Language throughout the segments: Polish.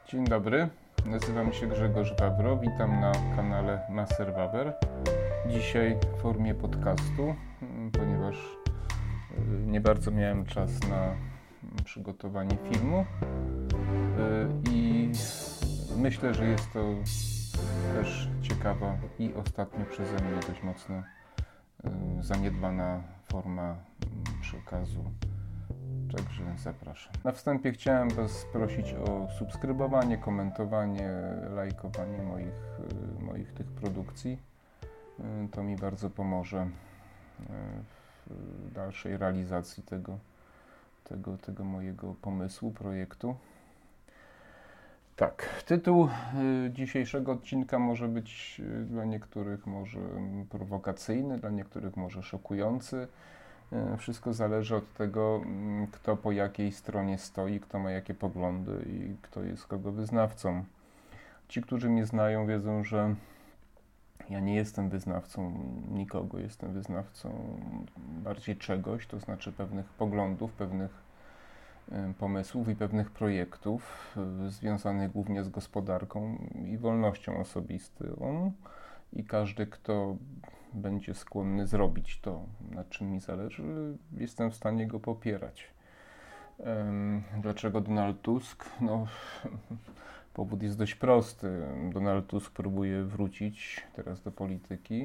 Dzień dobry, nazywam się Grzegorz Wawro, witam na kanale Maser Wawer. Dzisiaj w formie podcastu, ponieważ nie bardzo miałem czas na przygotowanie filmu i myślę, że jest to też ciekawa i ostatnio przeze mnie dość mocno zaniedbana forma przekazu. Także zapraszam. Na wstępie chciałem Was prosić o subskrybowanie, komentowanie, lajkowanie moich tych produkcji. To mi bardzo pomoże w dalszej realizacji tego mojego pomysłu, projektu. Tak, tytuł dzisiejszego odcinka może być dla niektórych może prowokacyjny, dla niektórych może szokujący. Wszystko zależy od tego, kto po jakiej stronie stoi, kto ma jakie poglądy i kto jest kogo wyznawcą. Ci, którzy mnie znają, wiedzą, że ja nie jestem wyznawcą nikogo, jestem wyznawcą bardziej czegoś, to znaczy pewnych poglądów, pewnych pomysłów i pewnych projektów związanych głównie z gospodarką i wolnością osobistą. I każdy, kto będzie skłonny zrobić to, na czym mi zależy, jestem w stanie go popierać. Dlaczego Donald Tusk? No, powód jest dość prosty. Donald Tusk próbuje wrócić teraz do polityki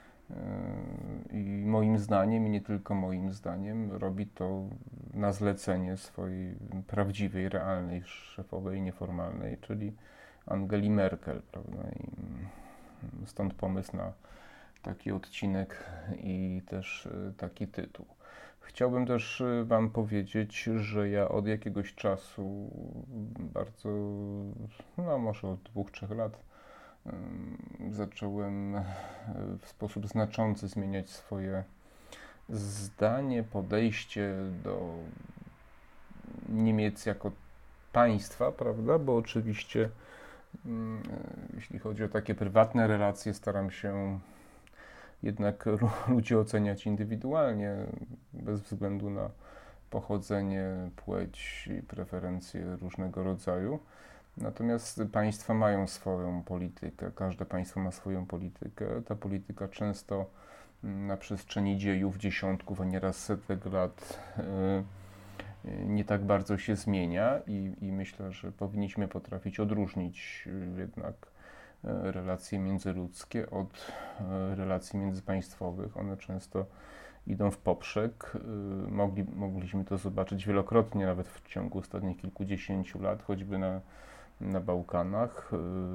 i moim zdaniem, i nie tylko moim zdaniem, robi to na zlecenie swojej prawdziwej, realnej szefowej nieformalnej, czyli Angeli Merkel, prawda? I stąd pomysł na taki odcinek i też taki tytuł. Chciałbym też Wam powiedzieć, że ja od jakiegoś czasu, bardzo, może od 2-3 lat, zacząłem w sposób znaczący zmieniać swoje zdanie, podejście do Niemiec jako państwa, prawda? Bo oczywiście jeśli chodzi o takie prywatne relacje, staram się jednak ludzi oceniać indywidualnie, bez względu na pochodzenie, płeć i preferencje różnego rodzaju. Natomiast państwa mają swoją politykę, każde państwo ma swoją politykę. Ta polityka często na przestrzeni dziejów, dziesiątków, a nieraz setek lat nie tak bardzo się zmienia i myślę, że powinniśmy potrafić odróżnić jednak relacje międzyludzkie od relacji międzypaństwowych. One często idą w poprzek. Mogliśmy to zobaczyć wielokrotnie, nawet w ciągu ostatnich kilkudziesięciu lat, choćby na Bałkanach,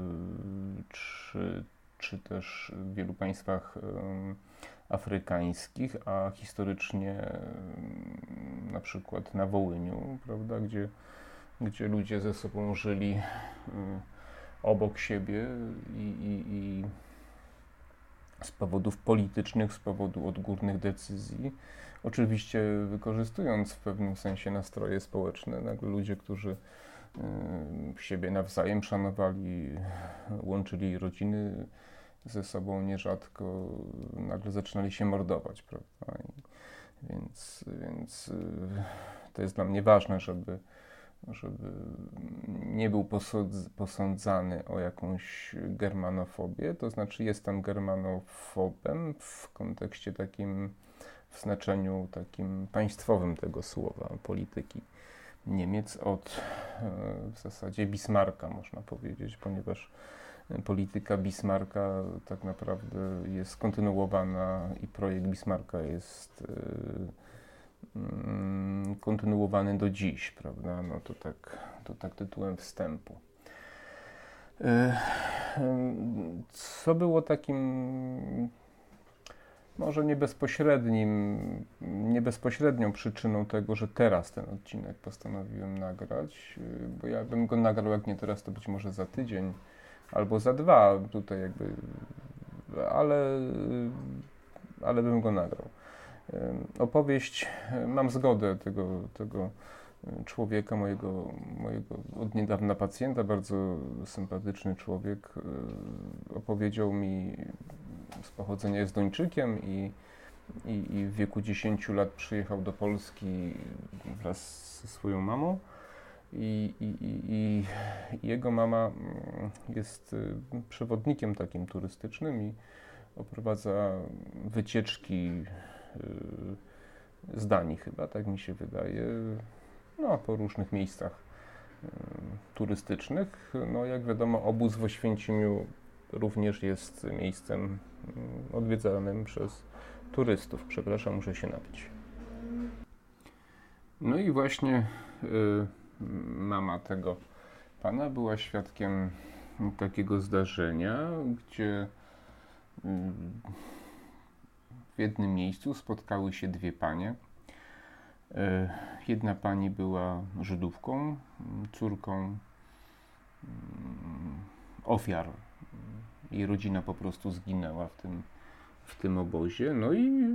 czy też w wielu państwach afrykańskich, a historycznie na przykład na Wołyniu, prawda, gdzie ludzie ze sobą żyli obok siebie i z powodów politycznych, z powodu odgórnych decyzji, oczywiście wykorzystując w pewnym sensie nastroje społeczne, nagle ludzie, którzy siebie nawzajem szanowali, łączyli rodziny ze sobą nierzadko, nagle zaczynali się mordować, prawda? Więc to jest dla mnie ważne, żeby nie był posądzany o jakąś germanofobię, to znaczy jestem germanofobem w kontekście takim, w znaczeniu takim państwowym tego słowa, polityki Niemiec od w zasadzie Bismarcka, można powiedzieć, ponieważ polityka Bismarcka tak naprawdę jest kontynuowana i projekt Bismarcka jest kontynuowany do dziś, prawda? No to tak tytułem wstępu. Co było takim może nie bezpośrednią przyczyną tego, że teraz ten odcinek postanowiłem nagrać, bo ja bym go nagrał, jak nie teraz, to być może za tydzień albo za 2, tutaj jakby, ale bym go nagrał. Opowieść, mam zgodę tego człowieka, mojego od niedawna pacjenta, bardzo sympatyczny człowiek, opowiedział mi, z pochodzenia jest Duńczykiem i w wieku 10 lat przyjechał do Polski wraz ze swoją mamą I jego mama jest przewodnikiem takim turystycznym i oprowadza wycieczki z Danii chyba, tak mi się wydaje, no, po różnych miejscach turystycznych. No, jak wiadomo, obóz w Oświęcimiu również jest miejscem odwiedzanym przez turystów. Przepraszam, muszę się napić. No i właśnie mama tego pana była świadkiem takiego zdarzenia, gdzie w jednym miejscu spotkały się dwie panie. Jedna pani była Żydówką, córką ofiar. Jej rodzina po prostu zginęła w tym obozie. No i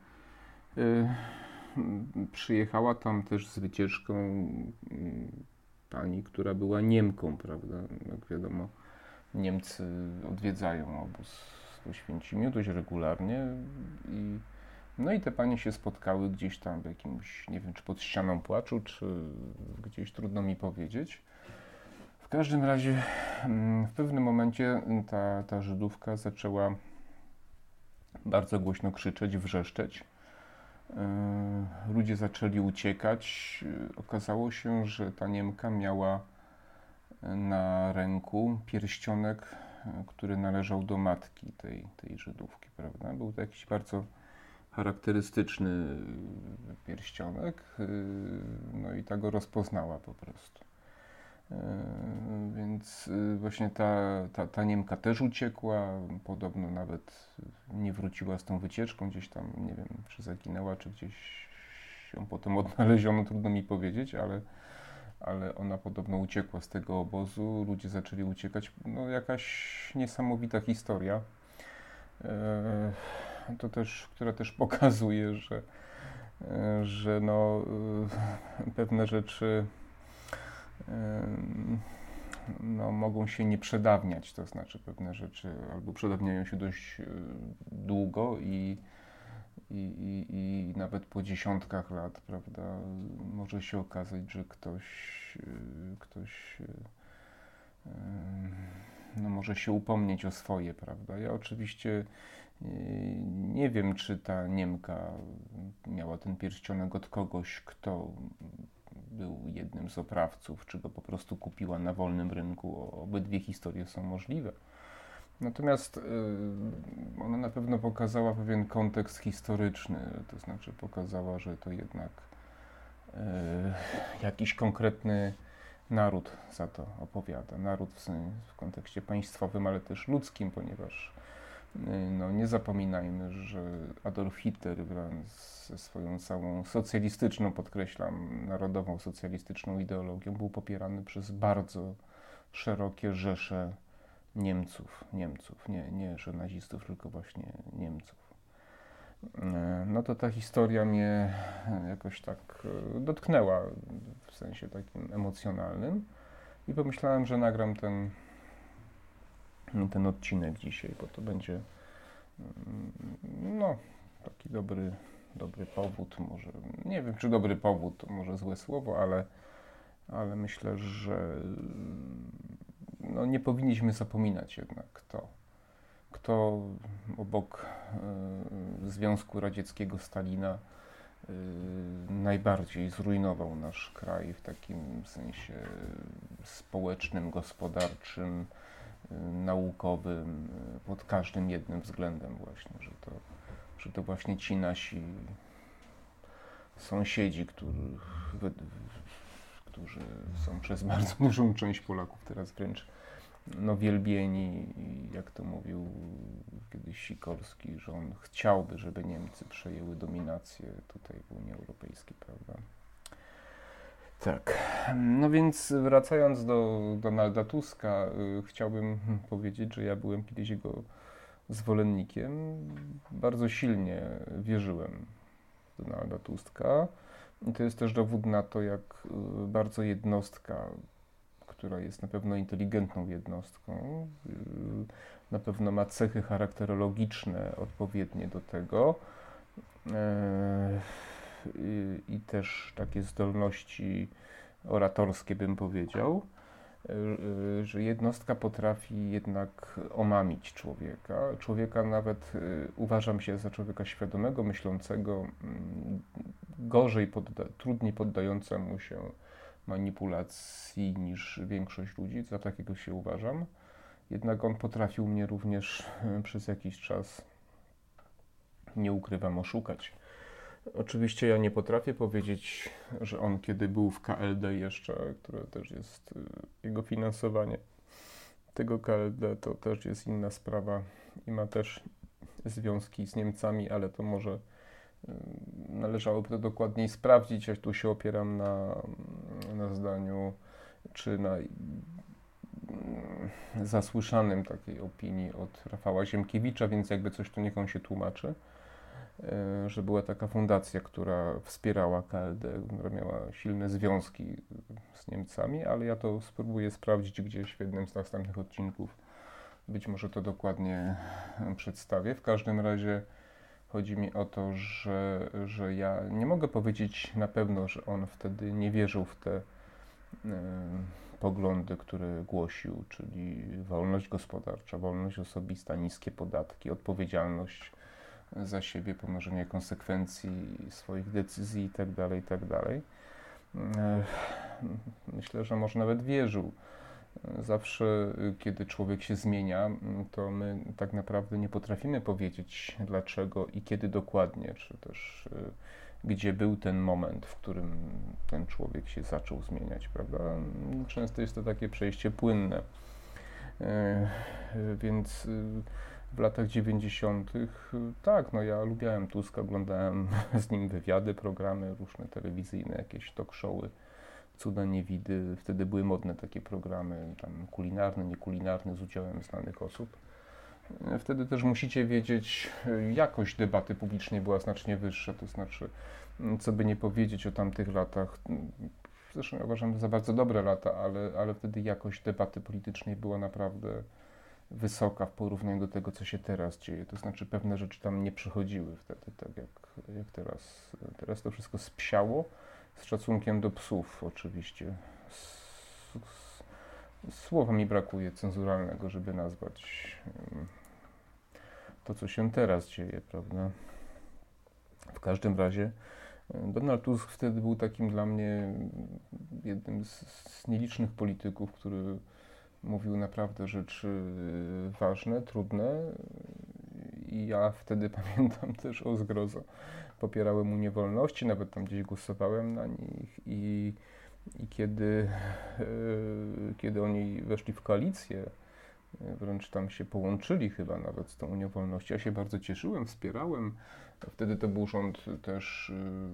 przyjechała tam też z wycieczką pani, która była Niemką, prawda? Jak wiadomo, Niemcy odwiedzają obóz w Oświęcimiu dość regularnie. No i te panie się spotkały gdzieś tam w jakimś, nie wiem, czy pod ścianą płaczu, czy gdzieś, trudno mi powiedzieć. W każdym razie w pewnym momencie ta Żydówka zaczęła bardzo głośno krzyczeć, wrzeszczeć. Ludzie zaczęli uciekać. Okazało się, że ta Niemka miała na ręku pierścionek, który należał do matki tej Żydówki, prawda? Był to jakiś bardzo charakterystyczny pierścionek, no i ta go rozpoznała po prostu. Więc właśnie ta Niemka też uciekła, podobno nawet nie wróciła z tą wycieczką, gdzieś tam, nie wiem, czy zaginęła, czy gdzieś ją potem odnaleziono, trudno mi powiedzieć, ale ona podobno uciekła z tego obozu, ludzie zaczęli uciekać, no jakaś niesamowita historia, która też pokazuje, że no, pewne rzeczy no, mogą się nie przedawniać, to znaczy pewne rzeczy albo przedawniają się dość długo i nawet po dziesiątkach lat, prawda, może się okazać, że ktoś no, może się upomnieć o swoje, prawda. Ja oczywiście nie wiem, czy ta Niemka miała ten pierścionek od kogoś, kto był jednym z oprawców, czy go po prostu kupiła na wolnym rynku. Obydwie historie są możliwe. Natomiast ona na pewno pokazała pewien kontekst historyczny, to znaczy pokazała, że to jednak jakiś konkretny naród za to opowiada. Naród w kontekście państwowym, ale też ludzkim, ponieważ no, nie zapominajmy, że Adolf Hitler wraz ze swoją całą socjalistyczną, podkreślam, narodową socjalistyczną ideologią był popierany przez bardzo szerokie rzesze Niemców, nie że nazistów, tylko właśnie Niemców. No to ta historia mnie jakoś tak dotknęła w sensie takim emocjonalnym i pomyślałem, że nagram ten odcinek dzisiaj, bo to będzie no, taki dobry powód, może, nie wiem, czy dobry powód, to może złe słowo, ale myślę, że no, nie powinniśmy zapominać jednak kto obok Związku Radzieckiego Stalina najbardziej zrujnował nasz kraj w takim sensie społecznym, gospodarczym, naukowym, pod każdym jednym względem właśnie, że to właśnie ci nasi sąsiedzi, którzy są przez bardzo dużą część Polaków teraz wręcz no, wielbieni, jak to mówił kiedyś Sikorski, że on chciałby, żeby Niemcy przejęły dominację tutaj w Unii Europejskiej, prawda? Tak, no więc wracając do Donalda Tuska, chciałbym powiedzieć, że ja byłem kiedyś jego zwolennikiem. Bardzo silnie wierzyłem w Donalda Tuska. I to jest też dowód na to, jak bardzo jednostka, która jest na pewno inteligentną jednostką, na pewno ma cechy charakterologiczne odpowiednie do tego i też takie zdolności oratorskie, bym powiedział, że jednostka potrafi jednak omamić człowieka. Człowieka nawet uważam się za człowieka świadomego, myślącego, trudniej poddającemu się manipulacji niż większość ludzi, za takiego się uważam. Jednak on potrafił mnie również przez jakiś czas, nie ukrywam, oszukać. Oczywiście ja nie potrafię powiedzieć, że on kiedy był w KLD jeszcze, które też jest jego finansowanie tego KLD, to też jest inna sprawa i ma też związki z Niemcami, ale to może należałoby to dokładniej sprawdzić. Ja tu się opieram na zdaniu czy na zasłyszanym takiej opinii od Rafała Ziemkiewicza, więc jakby coś to niech on się tłumaczy, że była taka fundacja, która wspierała KLD, która miała silne związki z Niemcami, ale ja to spróbuję sprawdzić gdzieś w jednym z następnych odcinków. Być może to dokładnie przedstawię. W każdym razie chodzi mi o to, że ja nie mogę powiedzieć na pewno, że on wtedy nie wierzył w te poglądy, które głosił, czyli wolność gospodarcza, wolność osobista, niskie podatki, odpowiedzialność za siebie, ponoszenie konsekwencji swoich decyzji itd., itd. Myślę, że może nawet wierzył. Zawsze, kiedy człowiek się zmienia, to my tak naprawdę nie potrafimy powiedzieć dlaczego i kiedy dokładnie, czy też gdzie był ten moment, w którym ten człowiek się zaczął zmieniać, prawda? Często jest to takie przejście płynne. Więc w latach 90. tak, no ja lubiałem Tuska, oglądałem z nim wywiady, programy różne telewizyjne, jakieś talk showy, Cuda Niewidy. Wtedy były modne takie programy, tam kulinarne, niekulinarne, z udziałem znanych osób. Wtedy też musicie wiedzieć, jakość debaty publicznej była znacznie wyższa, to znaczy, co by nie powiedzieć o tamtych latach, zresztą ja uważam, że za bardzo dobre lata, ale wtedy jakość debaty politycznej była naprawdę wysoka w porównaniu do tego, co się teraz dzieje. To znaczy pewne rzeczy tam nie przychodziły wtedy, tak jak teraz. Teraz to wszystko spsiało, z szacunkiem do psów oczywiście. Słowa mi brakuje cenzuralnego, żeby nazwać to, co się teraz dzieje, prawda? W każdym razie Donald Tusk wtedy był takim dla mnie jednym z nielicznych polityków, który mówił naprawdę rzeczy ważne, trudne i ja wtedy pamiętam też o zgrozo. Popierałem Unię Wolności, nawet tam gdzieś głosowałem na nich i kiedy oni weszli w koalicję, wręcz tam się połączyli chyba nawet z tą Unią Wolności, ja się bardzo cieszyłem, wspierałem. Wtedy to był rząd też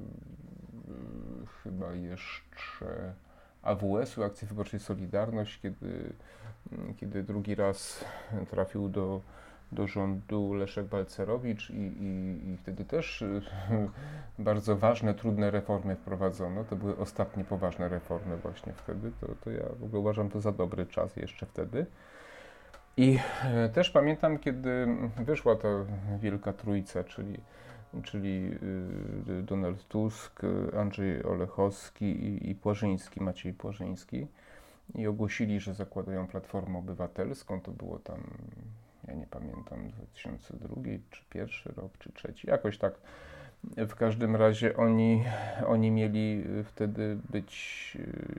chyba jeszcze AWS-u, Akcji Wyborczej Solidarność, kiedy drugi raz trafił do rządu Leszek Balcerowicz i wtedy też bardzo ważne, trudne reformy wprowadzono. To były ostatnie poważne reformy właśnie wtedy. To ja w ogóle uważam to za dobry czas jeszcze wtedy. I też pamiętam, kiedy wyszła ta wielka trójca, czyli Donald Tusk, Andrzej Olechowski i Płażyński, Maciej Płażyński, i ogłosili, że zakładają Platformę Obywatelską. To było tam, ja nie pamiętam, 2002 czy pierwszy rok, czy trzeci, jakoś tak. W każdym razie oni mieli wtedy być,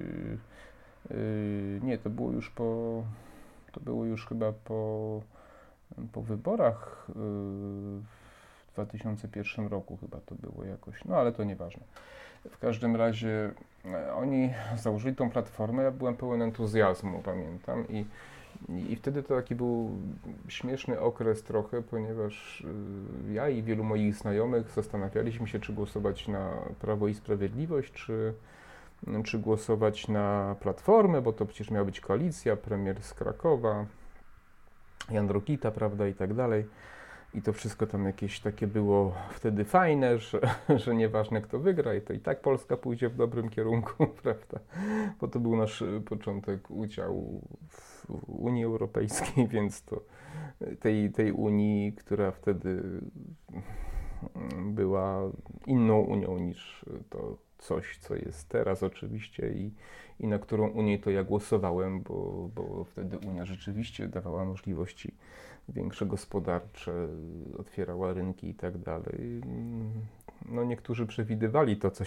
nie, to było już chyba po wyborach w 2001 roku chyba to było jakoś, no ale to nieważne. W każdym razie oni założyli tą platformę, ja byłem pełen entuzjazmu, pamiętam, i wtedy to taki był śmieszny okres trochę, ponieważ ja i wielu moich znajomych zastanawialiśmy się, czy głosować na Prawo i Sprawiedliwość, czy głosować na Platformę, bo to przecież miała być koalicja, premier z Krakowa, Jan Rokita, prawda, i tak dalej. I to wszystko tam jakieś takie było wtedy fajne, że nieważne kto wygra, i to i tak Polska pójdzie w dobrym kierunku, prawda? Bo to był nasz początek udziału w Unii Europejskiej, więc to tej Unii, która wtedy była inną Unią niż to, coś, co jest teraz oczywiście i na którą Unię to ja głosowałem, bo wtedy Unia rzeczywiście dawała możliwości większe gospodarcze, otwierała rynki i tak dalej. No niektórzy przewidywali to,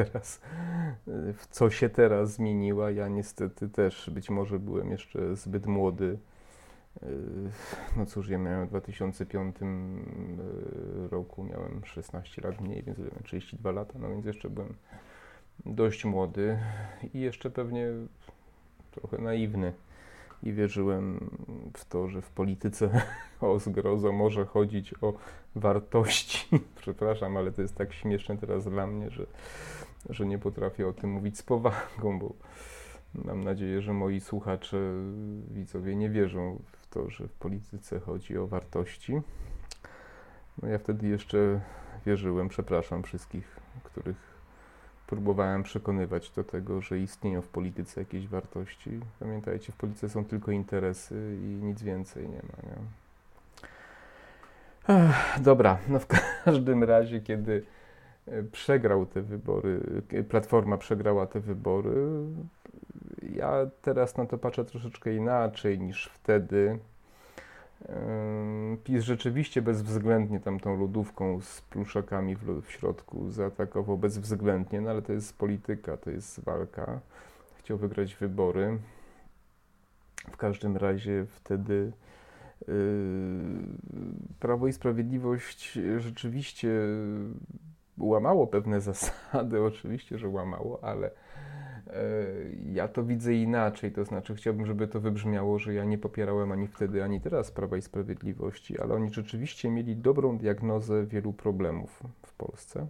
w co się teraz zmieniła. Ja niestety też być może byłem jeszcze zbyt młody. No cóż, ja miałem w 2005 roku, miałem 16 lat mniej, więc miałem 32 lata, no więc jeszcze byłem dość młody i jeszcze pewnie trochę naiwny. I wierzyłem w to, że w polityce o zgrozo może chodzić o wartości. Przepraszam, ale to jest tak śmieszne teraz dla mnie, że nie potrafię o tym mówić z powagą, bo mam nadzieję, że moi słuchacze, widzowie nie wierzą w to, że w polityce chodzi o wartości. No ja wtedy jeszcze wierzyłem, przepraszam wszystkich, których próbowałem przekonywać do tego, że istnieją w polityce jakieś wartości. Pamiętajcie, w polityce są tylko interesy i nic więcej nie ma. Nie? Dobra, no w każdym razie, kiedy przegrał te wybory, Platforma przegrała te wybory, ja teraz na to patrzę troszeczkę inaczej niż wtedy. PiS rzeczywiście bezwzględnie tamtą lodówką z pluszakami w środku zaatakował bezwzględnie, no ale to jest polityka, to jest walka. Chciał wygrać wybory. W każdym razie wtedy Prawo i Sprawiedliwość rzeczywiście łamało pewne zasady, oczywiście, że łamało, ale ja to widzę inaczej, to znaczy chciałbym, żeby to wybrzmiało, że ja nie popierałem ani wtedy, ani teraz Prawa i Sprawiedliwości, ale oni rzeczywiście mieli dobrą diagnozę wielu problemów w Polsce.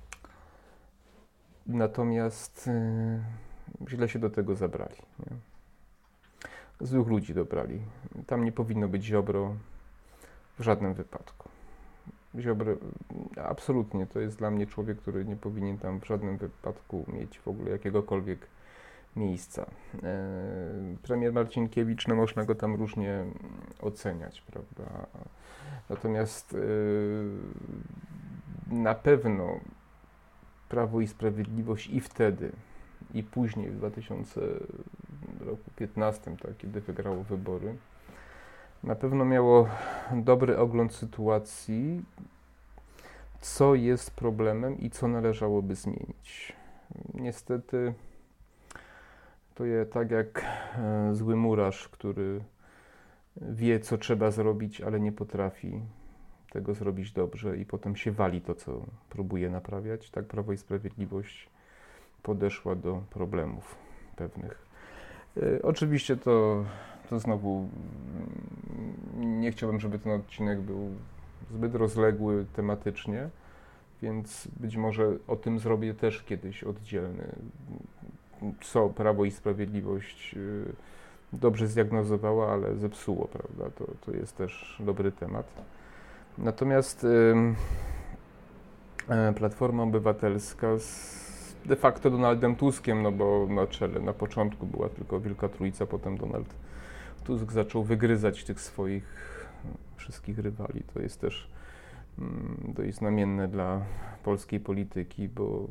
Natomiast źle się do tego zabrali. Nie? Złych ludzi dobrali. Tam nie powinno być Ziobro w żadnym wypadku. Ziobro, absolutnie, to jest dla mnie człowiek, który nie powinien tam w żadnym wypadku mieć w ogóle jakiegokolwiek miejsca. Premier Marcinkiewicz, no można go tam różnie oceniać, prawda? Natomiast na pewno Prawo i Sprawiedliwość i wtedy, i później w 2015, tak, kiedy wygrało wybory, na pewno miało dobry ogląd sytuacji, co jest problemem i co należałoby zmienić. Niestety to jest tak jak zły murarz, który wie, co trzeba zrobić, ale nie potrafi tego zrobić dobrze i potem się wali to, co próbuje naprawiać. Tak Prawo i Sprawiedliwość podeszła do problemów pewnych. Oczywiście to znowu nie chciałbym, żeby ten odcinek był zbyt rozległy tematycznie, więc być może o tym zrobię też kiedyś oddzielny, co Prawo i Sprawiedliwość dobrze zdiagnozowała, ale zepsuło, prawda? To jest też dobry temat. Natomiast Platforma Obywatelska de facto Donaldem Tuskiem, no bo na czele na początku była tylko Wielka Trójca, potem Donald Tusk zaczął wygryzać tych swoich wszystkich rywali. To jest też dość znamienne dla polskiej polityki, bo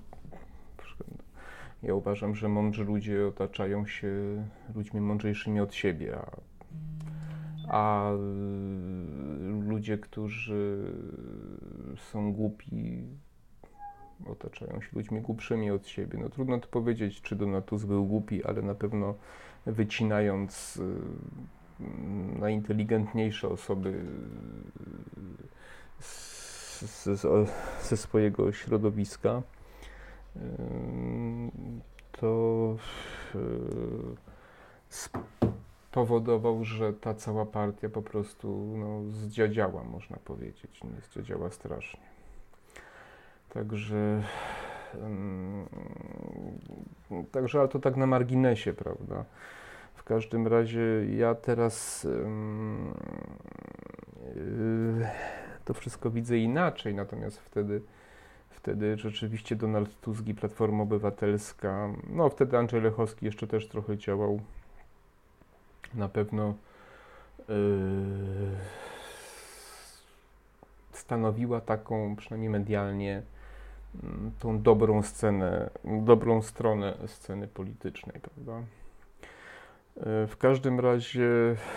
ja uważam, że mądrzy ludzie otaczają się ludźmi mądrzejszymi od siebie, a ludzie, którzy są głupi, otaczają się ludźmi głupszymi od siebie. No trudno to powiedzieć, czy Donald Tusk był głupi, ale na pewno wycinając najinteligentniejsze osoby ze swojego środowiska, to spowodował, że ta cała partia po prostu zdziadziała, można powiedzieć. Zdziadziała strasznie. Także, ale to tak na marginesie, prawda? W każdym razie ja teraz to wszystko widzę inaczej, natomiast wtedy rzeczywiście Donald Tusk i Platforma Obywatelska, no wtedy Andrzej Lechowski jeszcze też trochę działał, na pewno stanowiła taką, przynajmniej medialnie, tą dobrą stronę sceny politycznej, prawda? W każdym razie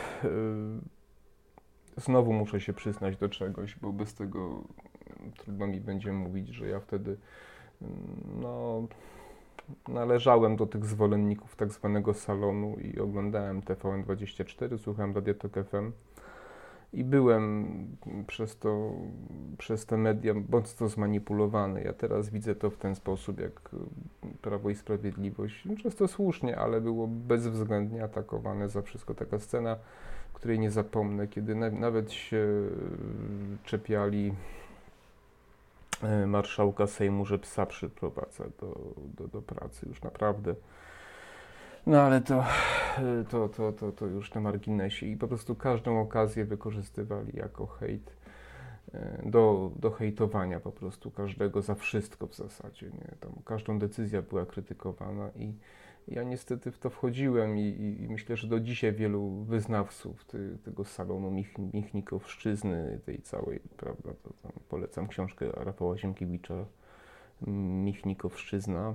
znowu muszę się przyznać do czegoś, bo bez tego trudno mi będzie mówić, że ja wtedy no, należałem do tych zwolenników tak zwanego salonu i oglądałem TVN24, słuchałem Radia Tok FM i byłem przez te media mocno zmanipulowany. Ja teraz widzę to w ten sposób, jak Prawo i Sprawiedliwość, często słusznie, ale było bezwzględnie atakowane za wszystko. Taka scena, której nie zapomnę, kiedy nawet się czepiali marszałka Sejmu, że psa przyprowadza do pracy. Już naprawdę. No ale to już na marginesie i po prostu każdą okazję wykorzystywali jako hejt, do hejtowania po prostu każdego za wszystko w zasadzie, nie? Tam każdą decyzję była krytykowana i ja niestety w to wchodziłem i myślę, że do dzisiaj wielu wyznawców tego salonu Michnikowszczyzny, tej całej, prawda, to tam polecam książkę Rafała Ziemkiewicza, Michnikowszczyzna.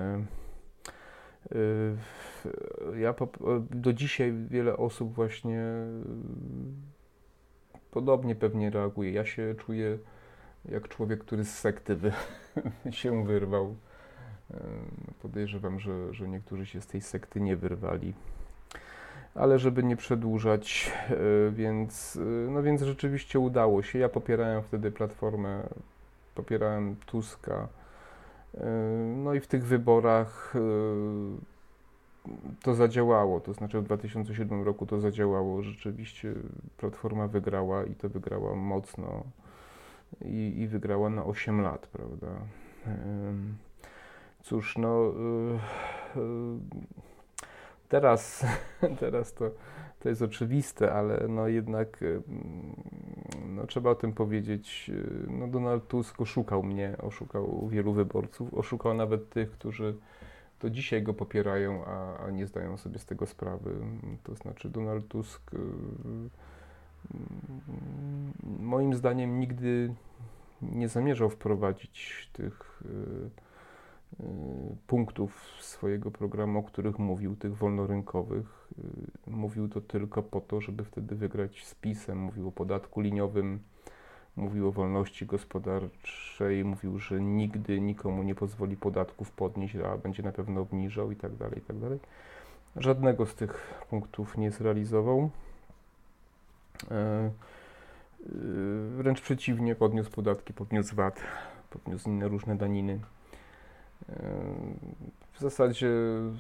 Do dzisiaj wiele osób właśnie podobnie pewnie reaguje. Ja się czuję jak człowiek, który z sekty się wyrwał. Podejrzewam, że niektórzy się z tej sekty nie wyrwali. Ale żeby nie przedłużać, więc rzeczywiście udało się. Ja popierałem wtedy Platformę, popierałem Tuska. No i w tych wyborach to zadziałało, to znaczy w 2007 roku to zadziałało. Rzeczywiście Platforma wygrała i to wygrała mocno i wygrała na 8 lat, prawda? Cóż, no teraz to jest oczywiste, ale no jednak no trzeba o tym powiedzieć. No Donald Tusk oszukał mnie, oszukał wielu wyborców, oszukał nawet tych, którzy do dzisiaj go popierają, a nie zdają sobie z tego sprawy. To znaczy Donald Tusk moim zdaniem nigdy nie zamierzał wprowadzić tych punktów swojego programu, o których mówił, tych wolnorynkowych. Mówił to tylko po to, żeby wtedy wygrać z PiS-em. Mówił o podatku liniowym, mówił o wolności gospodarczej, mówił, że nigdy nikomu nie pozwoli podatków podnieść, a będzie na pewno obniżał i tak dalej, i tak dalej. Żadnego z tych punktów nie zrealizował. Wręcz przeciwnie, podniósł podatki, podniósł VAT, podniósł inne różne daniny. W zasadzie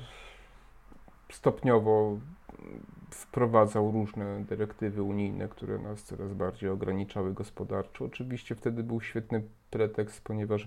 stopniowo wprowadzał różne dyrektywy unijne, które nas coraz bardziej ograniczały gospodarczo. Oczywiście wtedy był świetny pretekst,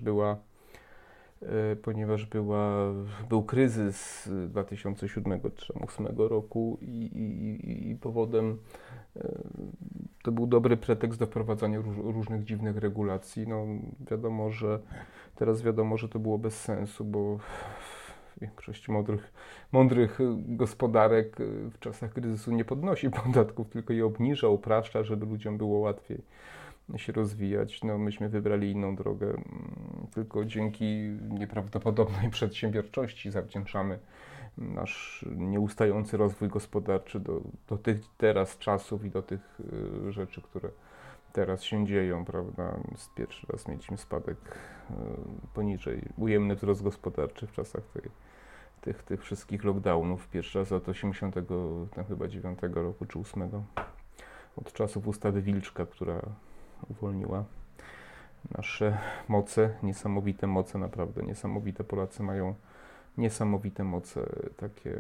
był kryzys 2007-2008 roku i powodem to był dobry pretekst do wprowadzania różnych dziwnych regulacji. No, teraz wiadomo, że to było bez sensu, bo większość mądrych gospodarek w czasach kryzysu nie podnosi podatków, tylko je obniża, upraszcza, żeby ludziom było łatwiej się rozwijać. No, myśmy wybrali inną drogę. Tylko dzięki nieprawdopodobnej przedsiębiorczości zawdzięczamy nasz nieustający rozwój gospodarczy do tych teraz czasów i do tych rzeczy, które teraz się dzieją, prawda? Pierwszy raz mieliśmy spadek poniżej, ujemny wzrost gospodarczy w czasach tych wszystkich lockdownów. Pierwszy raz od 89 roku czy 8, od czasów ustawy Wilczka, która uwolniła nasze moce, niesamowite moce, naprawdę niesamowite. Polacy mają niesamowite moce, takie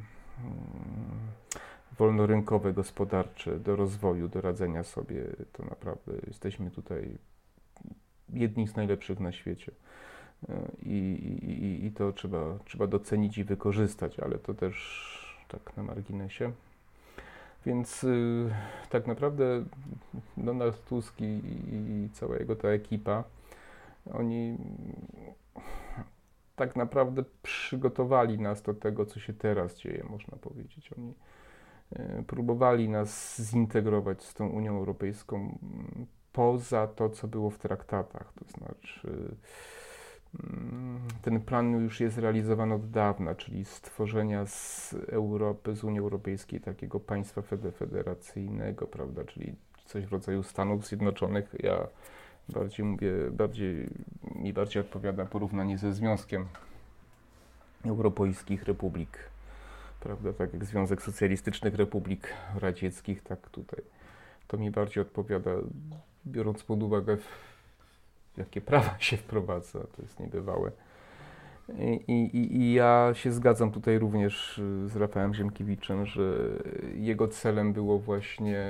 wolnorynkowe, gospodarcze, do rozwoju, do radzenia sobie. To naprawdę jesteśmy tutaj jedni z najlepszych na świecie. I to trzeba docenić i wykorzystać, ale to też tak na marginesie. Więc tak naprawdę Donald Tusk i cała jego ta ekipa, oni tak naprawdę przygotowali nas do tego, co się teraz dzieje, można powiedzieć. Oni próbowali nas zintegrować z tą Unią Europejską poza to, co było w traktatach. To znaczy ten plan już jest realizowany od dawna, czyli stworzenia z Europy, z Unii Europejskiej takiego państwa federacyjnego, prawda, czyli coś w rodzaju Stanów Zjednoczonych. Ja bardziej mówię, mi bardziej odpowiada porównanie ze Związkiem Europejskich Republik, prawda, tak jak Związek Socjalistycznych Republik Radzieckich, tak tutaj. To mi bardziej odpowiada, biorąc pod uwagę, jakie prawa się wprowadza, to jest niebywałe. I ja się zgadzam tutaj również z Rafałem Ziemkiewiczem, że jego celem było właśnie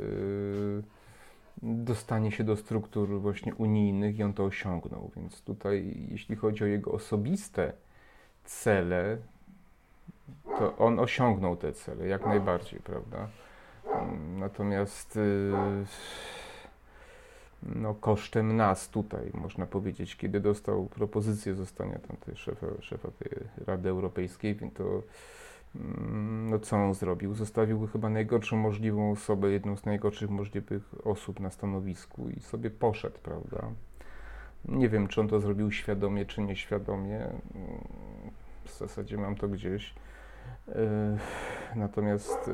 dostanie się do struktur właśnie unijnych i on to osiągnął. Więc tutaj, jeśli chodzi o jego osobiste cele, to on osiągnął te cele jak najbardziej, prawda? Natomiast no, kosztem nas tutaj, można powiedzieć, kiedy dostał propozycję zostania tam szefa tej Rady Europejskiej, to no, co on zrobił? Zostawił chyba najgorszą możliwą osobę, jedną z najgorszych możliwych osób na stanowisku i sobie poszedł, prawda? Nie wiem, czy on to zrobił świadomie, czy nieświadomie. W zasadzie mam to gdzieś. Natomiast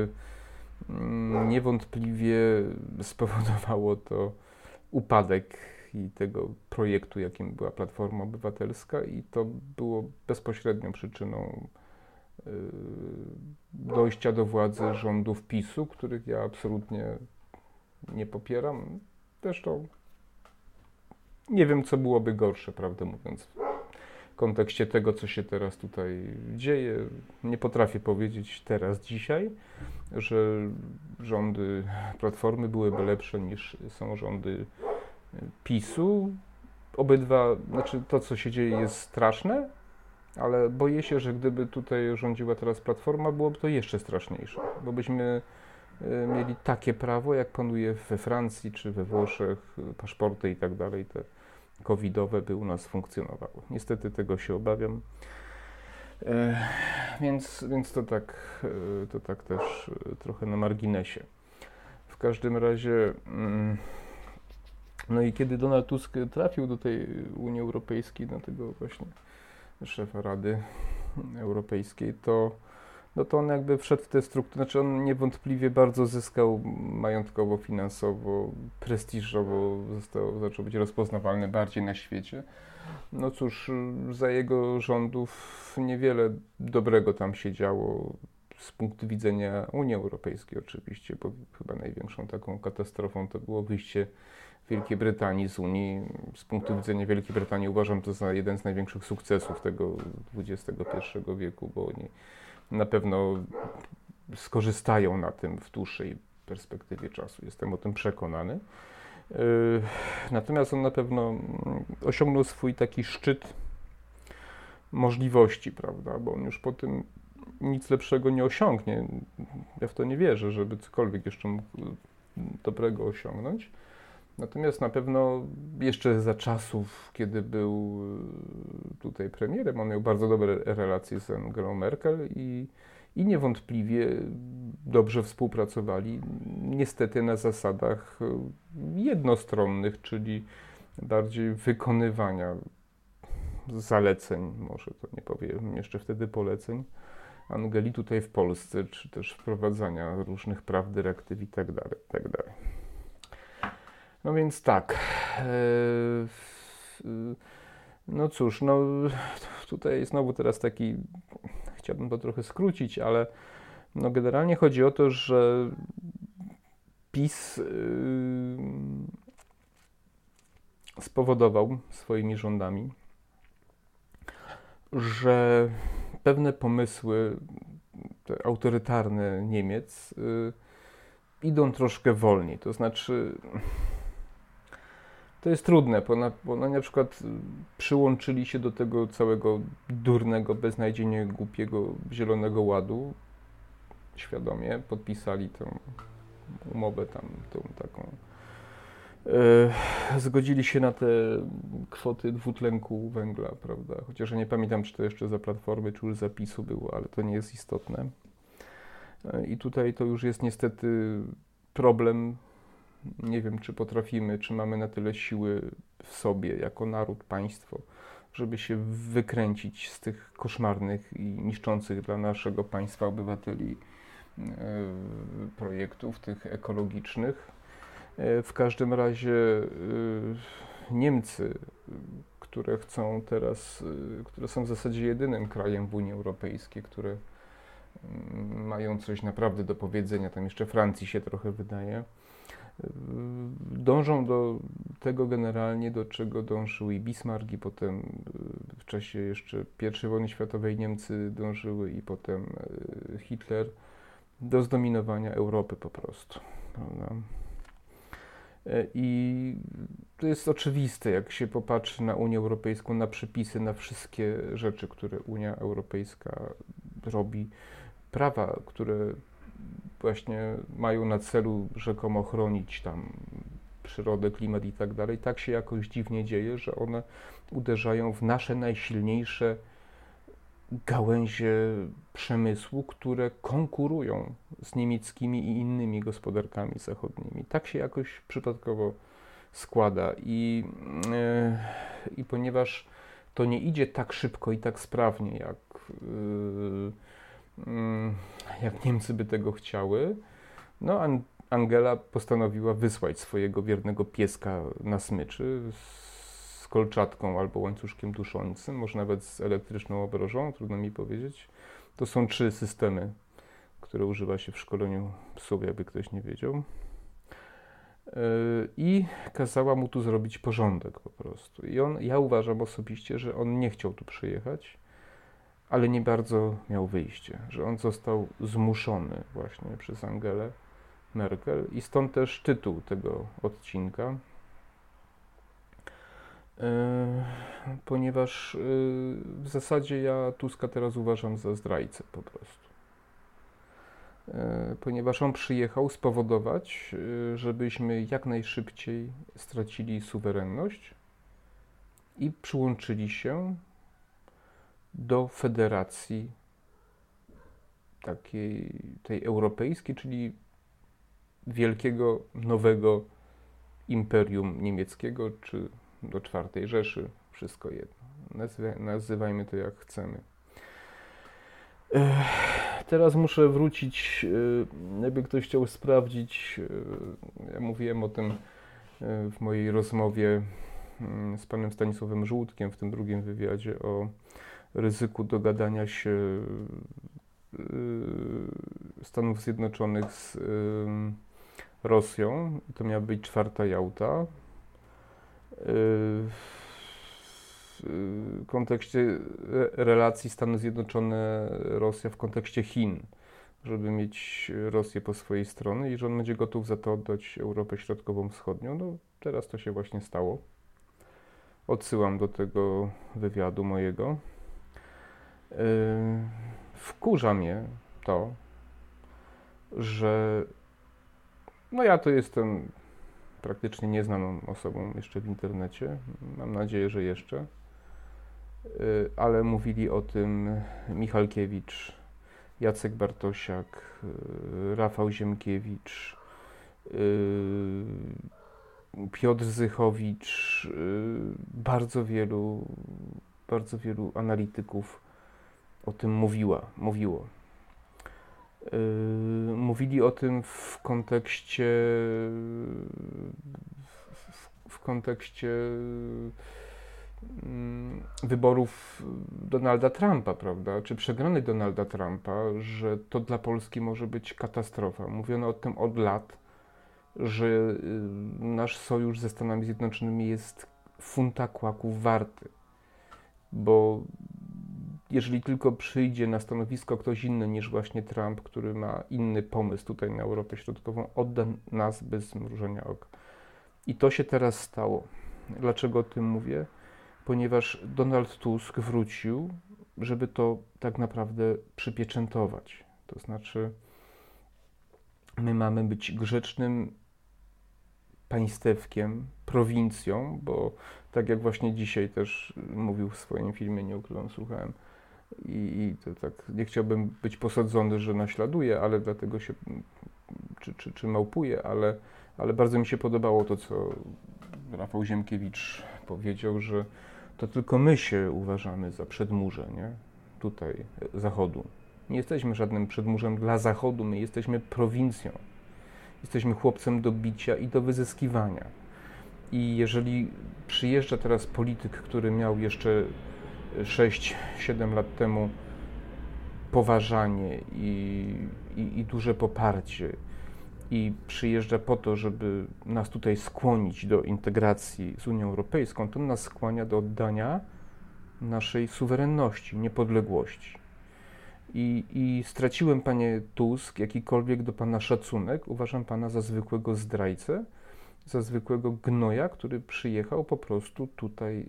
niewątpliwie spowodowało to upadek i tego projektu, jakim była Platforma Obywatelska, i to było bezpośrednią przyczyną dojścia do władzy rządów PiS-u, których ja absolutnie nie popieram. Zresztą nie wiem, co byłoby gorsze, prawdę mówiąc, w kontekście tego, co się teraz tutaj dzieje. Nie potrafię powiedzieć teraz, dzisiaj, że rządy Platformy byłyby lepsze niż są rządy PiS-u. Obydwa, znaczy to, co się dzieje, jest straszne, ale boję się, że gdyby tutaj rządziła teraz Platforma, byłoby to jeszcze straszniejsze, bo byśmy mieli takie prawo, jak panuje we Francji czy we Włoszech, paszporty i tak dalej, te covidowe by u nas funkcjonowały. Niestety tego się obawiam. Więc to tak też trochę na marginesie. W każdym razie, no i kiedy Donald Tusk trafił do tej Unii Europejskiej, do tego właśnie szefa Rady Europejskiej, to on jakby wszedł w te struktury, znaczy on niewątpliwie bardzo zyskał majątkowo, finansowo, prestiżowo, zaczął być rozpoznawalny bardziej na świecie. No cóż, za jego rządów niewiele dobrego tam się działo z punktu widzenia Unii Europejskiej oczywiście, bo chyba największą taką katastrofą to było wyjście Wielkiej Brytanii z Unii. Z punktu widzenia Wielkiej Brytanii uważam to za jeden z największych sukcesów tego XXI wieku, bo oni na pewno skorzystają na tym w dłuższej perspektywie czasu. Jestem o tym przekonany. Natomiast on na pewno osiągnął swój taki szczyt możliwości, prawda, bo on już po tym nic lepszego nie osiągnie. Ja w to nie wierzę, żeby cokolwiek jeszcze mógł dobrego osiągnąć. Natomiast na pewno jeszcze za czasów, kiedy był tutaj premierem, on miał bardzo dobre relacje z Angelą Merkel i niewątpliwie dobrze współpracowali, niestety na zasadach jednostronnych, czyli bardziej wykonywania zaleceń, może to nie powiem jeszcze wtedy poleceń, Angeli tutaj w Polsce, czy też wprowadzania różnych praw, dyrektyw i tak dalej, tak dalej. No więc tak, no cóż, no tutaj znowu teraz taki, chciałbym to trochę skrócić, ale no generalnie chodzi o to, że PiS spowodował swoimi rządami, że pewne pomysły te autorytarne Niemiec idą troszkę wolniej, to znaczy to jest trudne, bo na przykład przyłączyli się do tego całego durnego, beznadziejnie głupiego Zielonego Ładu, świadomie podpisali tę umowę tam, tą taką, zgodzili się na te kwoty dwutlenku węgla, prawda, chociaż ja nie pamiętam, czy to jeszcze za Platformy, czy już za PiS-u było, ale to nie jest istotne. I tutaj to już jest niestety problem. Nie wiem, czy potrafimy, czy mamy na tyle siły w sobie, jako naród, państwo, żeby się wykręcić z tych koszmarnych i niszczących dla naszego państwa obywateli projektów, tych ekologicznych. W każdym razie Niemcy, które chcą teraz, które są w zasadzie jedynym krajem w Unii Europejskiej, które mają coś naprawdę do powiedzenia, tam jeszcze Francji się trochę wydaje, dążą do tego generalnie, do czego dążył i Bismarck, i potem w czasie jeszcze I wojny światowej Niemcy dążyły, i potem Hitler, do zdominowania Europy po prostu, prawda? I to jest oczywiste, jak się popatrzy na Unię Europejską, na przepisy, na wszystkie rzeczy, które Unia Europejska robi, prawa, które właśnie mają na celu rzekomo chronić tam przyrodę, klimat i tak dalej, tak się jakoś dziwnie dzieje, że one uderzają w nasze najsilniejsze gałęzie przemysłu, które konkurują z niemieckimi i innymi gospodarkami zachodnimi. Tak się jakoś przypadkowo składa i ponieważ to nie idzie tak szybko i tak sprawnie, jak Niemcy by tego chciały, no Angela postanowiła wysłać swojego wiernego pieska na smyczy z kolczatką albo łańcuszkiem duszącym, może nawet z elektryczną obrożą, trudno mi powiedzieć. To są 3 systemy, które używa się w szkoleniu psów, jakby ktoś nie wiedział. I kazała mu tu zrobić porządek po prostu. I ja uważam osobiście, że on nie chciał tu przyjechać, ale nie bardzo miał wyjście, że on został zmuszony właśnie przez Angelę Merkel i stąd też tytuł tego odcinka, ponieważ w zasadzie ja Tuska teraz uważam za zdrajcę po prostu. Ponieważ on przyjechał spowodować, żebyśmy jak najszybciej stracili suwerenność i przyłączyli się do federacji takiej, tej europejskiej, czyli wielkiego, nowego imperium niemieckiego, czy do IV Rzeszy, wszystko jedno. Nazywajmy to jak chcemy. Teraz muszę wrócić, jakby ktoś chciał sprawdzić, ja mówiłem o tym w mojej rozmowie z panem Stanisławem Żółtkiem w tym drugim wywiadzie o ryzyku dogadania się Stanów Zjednoczonych z Rosją. To miała być 4. Jałta. W kontekście relacji Stany Zjednoczone-Rosja w kontekście Chin, żeby mieć Rosję po swojej stronie i że on będzie gotów za to oddać Europę Środkową-Wschodnią. No teraz to się właśnie stało. Odsyłam do tego wywiadu mojego. Wkurza mnie to, że no ja to jestem praktycznie nieznaną osobą jeszcze w internecie, mam nadzieję, że jeszcze, ale mówili o tym Michalkiewicz, Jacek Bartosiak, Rafał Ziemkiewicz, Piotr Zychowicz, bardzo wielu analityków o tym mówiło. Mówili o tym w kontekście wyborów Donalda Trumpa, prawda, czy przegranej Donalda Trumpa, że to dla Polski może być katastrofa. Mówiono o tym od lat, że nasz sojusz ze Stanami Zjednoczonymi jest funta kłaków warty, bo jeżeli tylko przyjdzie na stanowisko ktoś inny niż właśnie Trump, który ma inny pomysł tutaj na Europę Środkową, odda nas bez zmrużenia oka. I to się teraz stało. Dlaczego o tym mówię? Ponieważ Donald Tusk wrócił, żeby to tak naprawdę przypieczętować. To znaczy, my mamy być grzecznym państewkiem, prowincją, bo tak jak właśnie dzisiaj też mówił w swoim filmie, nie ukrywam, słuchałem, i to tak, nie chciałbym być posadzony, że naśladuję, ale dlatego się, czy małpuję, ale bardzo mi się podobało to, co Rafał Ziemkiewicz powiedział, że to tylko my się uważamy za przedmurze, nie? Tutaj, Zachodu. Nie jesteśmy żadnym przedmurzem dla Zachodu, my jesteśmy prowincją. Jesteśmy chłopcem do bicia i do wyzyskiwania. I jeżeli przyjeżdża teraz polityk, który miał jeszcze 6-7 lat temu poważanie i duże poparcie i przyjeżdża po to, żeby nas tutaj skłonić do integracji z Unią Europejską, to nas skłania do oddania naszej suwerenności, niepodległości. I straciłem, panie Tusk, jakikolwiek do pana szacunek. Uważam pana za zwykłego zdrajcę, za zwykłego gnoja, który przyjechał po prostu tutaj,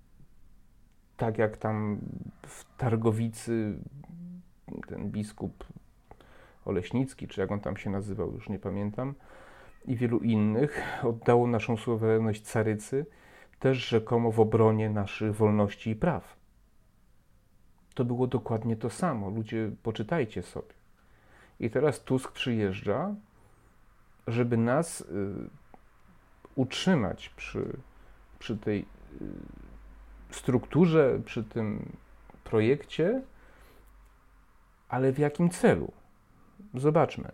tak jak tam w Targowicy ten biskup Oleśnicki, czy jak on tam się nazywał, już nie pamiętam, i wielu innych, oddało naszą suwerenność carycy, też rzekomo w obronie naszych wolności i praw. To było dokładnie to samo. Ludzie, poczytajcie sobie. I teraz Tusk przyjeżdża, żeby nas utrzymać przy tej strukturze, przy tym projekcie, ale w jakim celu? Zobaczmy.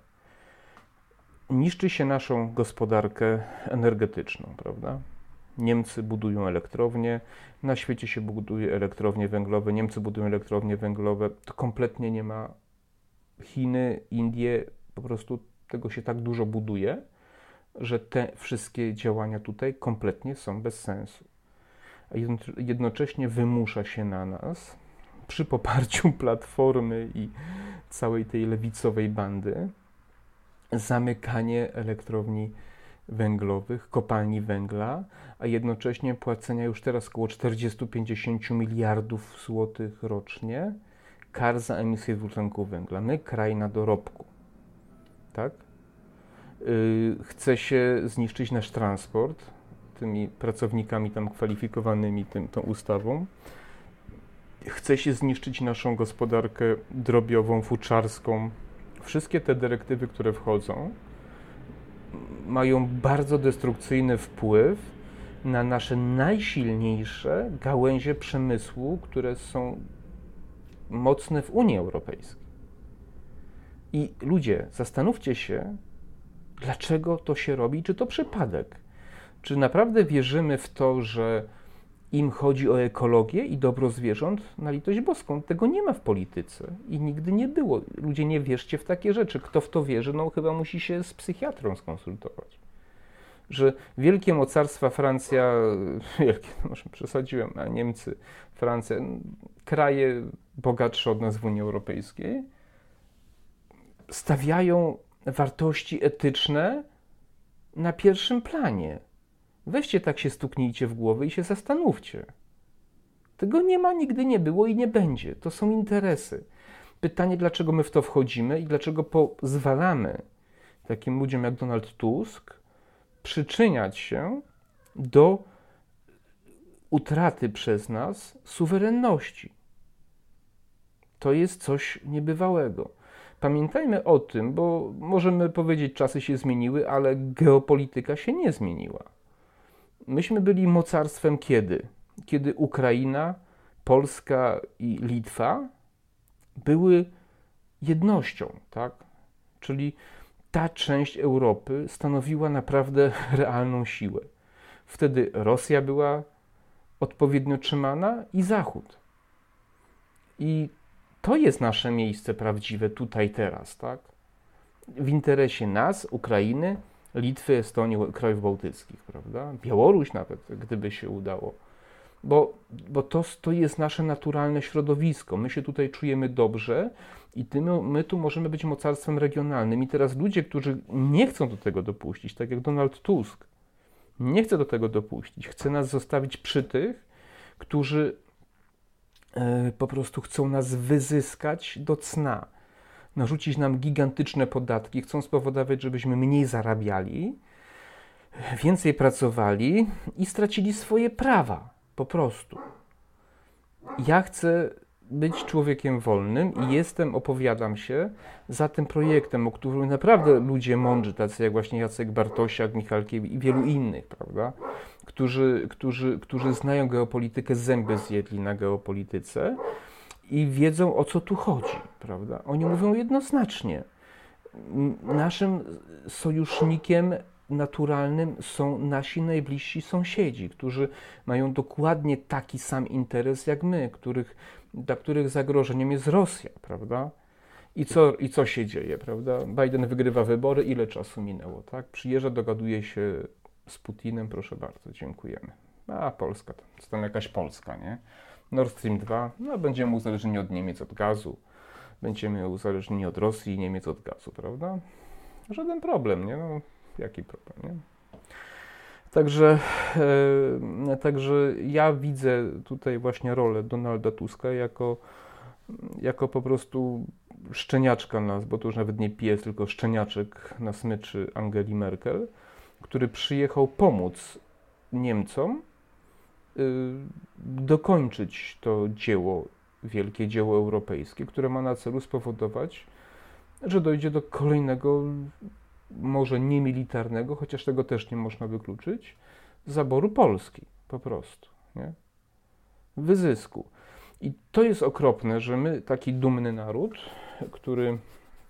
Niszczy się naszą gospodarkę energetyczną, prawda? Niemcy budują elektrownie, na świecie się buduje elektrownie węglowe, Niemcy budują elektrownie węglowe, to kompletnie nie ma. Chiny, Indie, po prostu tego się tak dużo buduje, że te wszystkie działania tutaj kompletnie są bez sensu. A jednocześnie wymusza się na nas, przy poparciu Platformy i całej tej lewicowej bandy, zamykanie elektrowni węglowych, kopalni węgla, a jednocześnie płacenia już teraz około 40-50 miliardów złotych rocznie kar za emisję dwutlenku węgla. My, kraj na dorobku, tak? Chce się zniszczyć nasz transport tymi pracownikami tam kwalifikowanymi tą ustawą. Chce się zniszczyć naszą gospodarkę drobiową, fuczarską. Wszystkie te dyrektywy, które wchodzą, mają bardzo destrukcyjny wpływ na nasze najsilniejsze gałęzie przemysłu, które są mocne w Unii Europejskiej. I ludzie, zastanówcie się, dlaczego to się robi, czy to przypadek. Czy naprawdę wierzymy w to, że im chodzi o ekologię i dobro zwierząt? Na litość boską, tego nie ma w polityce i nigdy nie było. Ludzie, nie wierzcie w takie rzeczy. Kto w to wierzy, no chyba musi się z psychiatrą skonsultować. Że wielkie mocarstwa, Francja, wielkie, może przesadziłem, a Niemcy, Francja, kraje bogatsze od nas w Unii Europejskiej, stawiają wartości etyczne na pierwszym planie. Weźcie tak się stuknijcie w głowę i się zastanówcie. Tego nie ma, nigdy nie było i nie będzie. To są interesy. Pytanie, dlaczego my w to wchodzimy i dlaczego pozwalamy takim ludziom jak Donald Tusk przyczyniać się do utraty przez nas suwerenności. To jest coś niebywałego. Pamiętajmy o tym, bo możemy powiedzieć, czasy się zmieniły, ale geopolityka się nie zmieniła. Myśmy byli mocarstwem kiedy? Kiedy Ukraina, Polska i Litwa były jednością, tak? Czyli ta część Europy stanowiła naprawdę realną siłę. Wtedy Rosja była odpowiednio trzymana i Zachód. I to jest nasze miejsce prawdziwe tutaj, teraz, tak? W interesie nas, Ukrainy, Litwy, Estonii, krajów bałtyckich, prawda? Białoruś nawet, gdyby się udało. Bo to jest nasze naturalne środowisko. My się tutaj czujemy dobrze i my tu możemy być mocarstwem regionalnym. I teraz ludzie, którzy nie chcą do tego dopuścić, tak jak Donald Tusk, nie chce do tego dopuścić, chce nas zostawić przy tych, którzy po prostu chcą nas wyzyskać do cna, narzucić nam gigantyczne podatki, chcą spowodować, żebyśmy mniej zarabiali, więcej pracowali i stracili swoje prawa, po prostu. Ja chcę być człowiekiem wolnym i opowiadam się za tym projektem, o którym naprawdę ludzie mądrzy, tacy jak właśnie Jacek Bartosiak, Michalkiewicz i wielu innych, prawda, którzy znają geopolitykę, zęby zjedli na geopolityce i wiedzą, o co tu chodzi, prawda? Oni mówią jednoznacznie. Naszym sojusznikiem naturalnym są nasi najbliżsi sąsiedzi, którzy mają dokładnie taki sam interes jak my, dla których zagrożeniem jest Rosja, prawda? I co się dzieje, prawda? Biden wygrywa wybory, ile czasu minęło, tak? Przyjeżdża, dogaduje się z Putinem, proszę bardzo, dziękujemy. A Polska, to tam jakaś Polska, nie? Nord Stream 2, no będziemy uzależnieni od Niemiec od gazu, będziemy uzależnieni od Rosji i Niemiec od gazu, prawda? Żaden problem, nie? No, jaki problem, nie? Także ja widzę tutaj właśnie rolę Donalda Tuska jako po prostu szczeniaczka nas, bo to już nawet nie pies, tylko szczeniaczek na smyczy Angeli Merkel, który przyjechał pomóc Niemcom dokończyć to wielkie dzieło europejskie, które ma na celu spowodować, że dojdzie do kolejnego, może nie militarnego, chociaż tego też nie można wykluczyć, zaboru Polski, po prostu, nie? Wyzysku. I to jest okropne, że my, taki dumny naród, który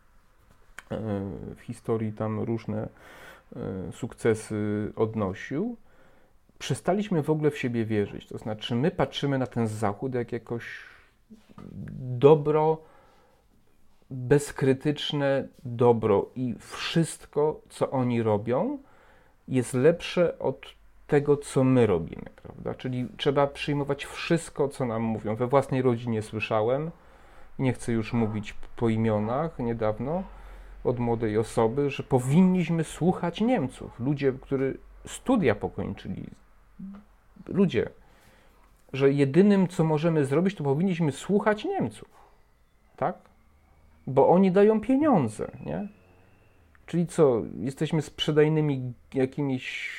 w historii tam różne sukcesy odnosił, przestaliśmy w ogóle w siebie wierzyć. To znaczy, my patrzymy na ten Zachód jak jakoś dobro, bezkrytyczne dobro i wszystko, co oni robią, jest lepsze od tego, co my robimy, prawda? Czyli trzeba przyjmować wszystko, co nam mówią. We własnej rodzinie słyszałem, nie chcę już mówić po imionach, niedawno, od młodej osoby, że powinniśmy słuchać Niemców. Ludzie, którzy studia pokończyli, ludzie, że jedynym, co możemy zrobić, to powinniśmy słuchać Niemców, tak? Bo oni dają pieniądze, nie? Czyli co, jesteśmy sprzedajnymi jakimiś,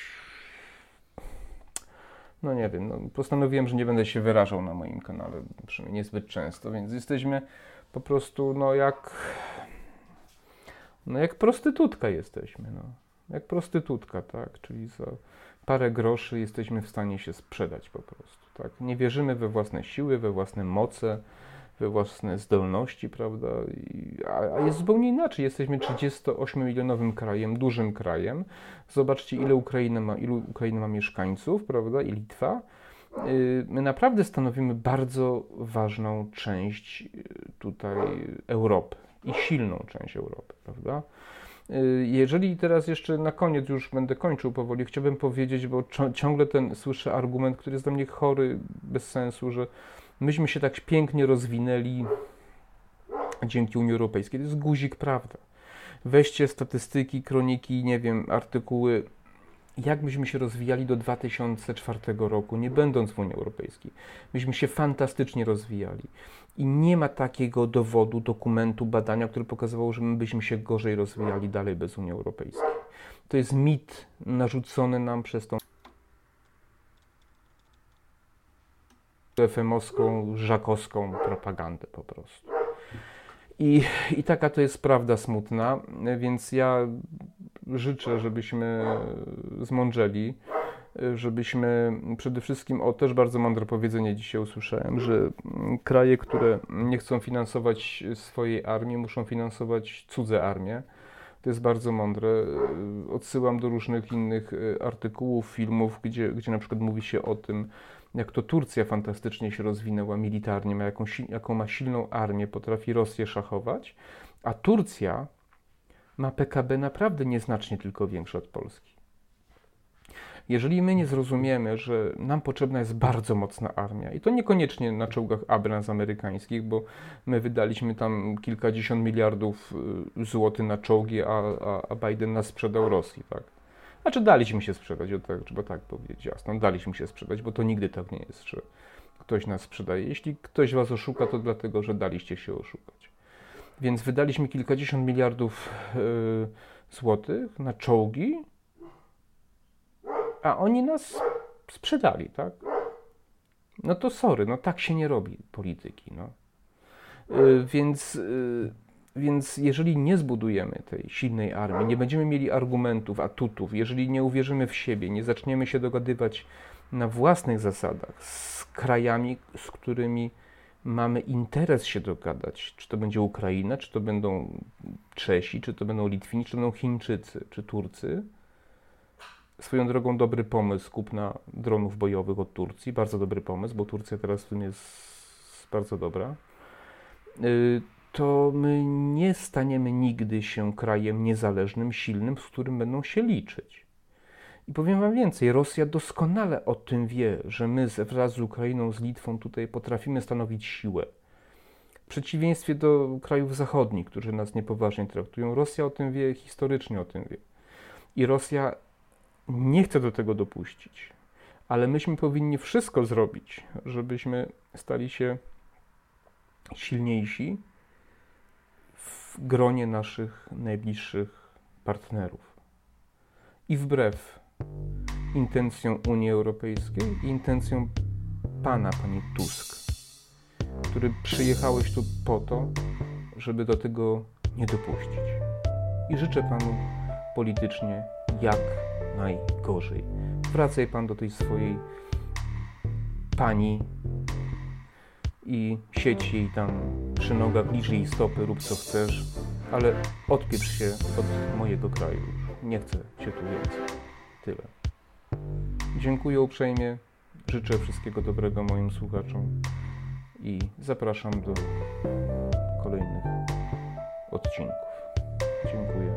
no nie wiem, no postanowiłem, że nie będę się wyrażał na moim kanale, przynajmniej niezbyt często, więc jesteśmy po prostu, no jak prostytutka jesteśmy, no. Jak prostytutka, tak? Czyli za parę groszy jesteśmy w stanie się sprzedać po prostu, tak? Nie wierzymy we własne siły, we własne moce, we własne zdolności, prawda? A jest zupełnie inaczej. Jesteśmy 38-milionowym krajem, dużym krajem. Zobaczcie, ilu Ukraina ma mieszkańców, prawda? I Litwa. My naprawdę stanowimy bardzo ważną część tutaj Europy i silną część Europy, prawda? Jeżeli teraz jeszcze na koniec, już będę kończył powoli, chciałbym powiedzieć, bo ciągle słyszę argument, który jest dla mnie chory, bez sensu, że myśmy się tak pięknie rozwinęli dzięki Unii Europejskiej. To jest guzik, prawda? Weźcie statystyki, kroniki, nie wiem, artykuły, jak myśmy się rozwijali do 2004 roku, nie będąc w Unii Europejskiej. Myśmy się fantastycznie rozwijali. I nie ma takiego dowodu, dokumentu, badania, który pokazywał, że my byśmy się gorzej rozwijali dalej bez Unii Europejskiej. To jest mit narzucony nam przez tą FM-owską, żakowską propagandę po prostu. I taka to jest prawda smutna, więc ja życzę, żebyśmy zmądrzeli, żebyśmy przede wszystkim, też bardzo mądre powiedzenie dzisiaj usłyszałem, że kraje, które nie chcą finansować swojej armii, muszą finansować cudze armie. To jest bardzo mądre. Odsyłam do różnych innych artykułów, filmów, gdzie na przykład mówi się o tym, jak to Turcja fantastycznie się rozwinęła militarnie, jaką ma silną armię, potrafi Rosję szachować, a Turcja ma PKB naprawdę nieznacznie tylko większe od Polski. Jeżeli my nie zrozumiemy, że nam potrzebna jest bardzo mocna armia, i to niekoniecznie na czołgach Abrams amerykańskich, bo my wydaliśmy tam kilkadziesiąt miliardów złotych na czołgi, a Biden nas sprzedał Rosji, tak? Znaczy daliśmy się sprzedać, trzeba tak powiedzieć jasno, daliśmy się sprzedać, bo to nigdy tak nie jest, że ktoś nas sprzedaje. Jeśli ktoś was oszuka, to dlatego, że daliście się oszukać. Więc wydaliśmy kilkadziesiąt miliardów złotych na czołgi, a oni nas sprzedali, tak? No to sorry, no tak się nie robi polityki, no. Więc Więc jeżeli nie zbudujemy tej silnej armii, nie będziemy mieli argumentów, atutów, jeżeli nie uwierzymy w siebie, nie zaczniemy się dogadywać na własnych zasadach z krajami, z którymi mamy interes się dogadać, czy to będzie Ukraina, czy to będą Czesi, czy to będą Litwini, czy to będą Chińczycy, czy Turcy. Swoją drogą dobry pomysł kupna dronów bojowych od Turcji, bardzo dobry pomysł, bo Turcja teraz w tym jest bardzo dobra. To my nie staniemy nigdy się krajem niezależnym, silnym, z którym będą się liczyć. I powiem wam więcej, Rosja doskonale o tym wie, że my wraz z Ukrainą, z Litwą tutaj potrafimy stanowić siłę. W przeciwieństwie do krajów zachodnich, którzy nas niepoważnie traktują, Rosja o tym wie, historycznie o tym wie. I Rosja nie chce do tego dopuścić. Ale myśmy powinni wszystko zrobić, żebyśmy stali się silniejsi w gronie naszych najbliższych partnerów. I wbrew intencjom Unii Europejskiej i intencjom Panie Tusk, który przyjechałeś tu po to, żeby do tego nie dopuścić. I życzę Panu politycznie jak najgorzej. Wracaj Pan do tej swojej pani i siedź jej tam przy nogach, liż jej stopy, rób co chcesz, ale odpieprz się od mojego kraju już. Nie chcę się tu więcej. Tyle. Dziękuję uprzejmie, życzę wszystkiego dobrego moim słuchaczom i zapraszam do kolejnych odcinków. Dziękuję.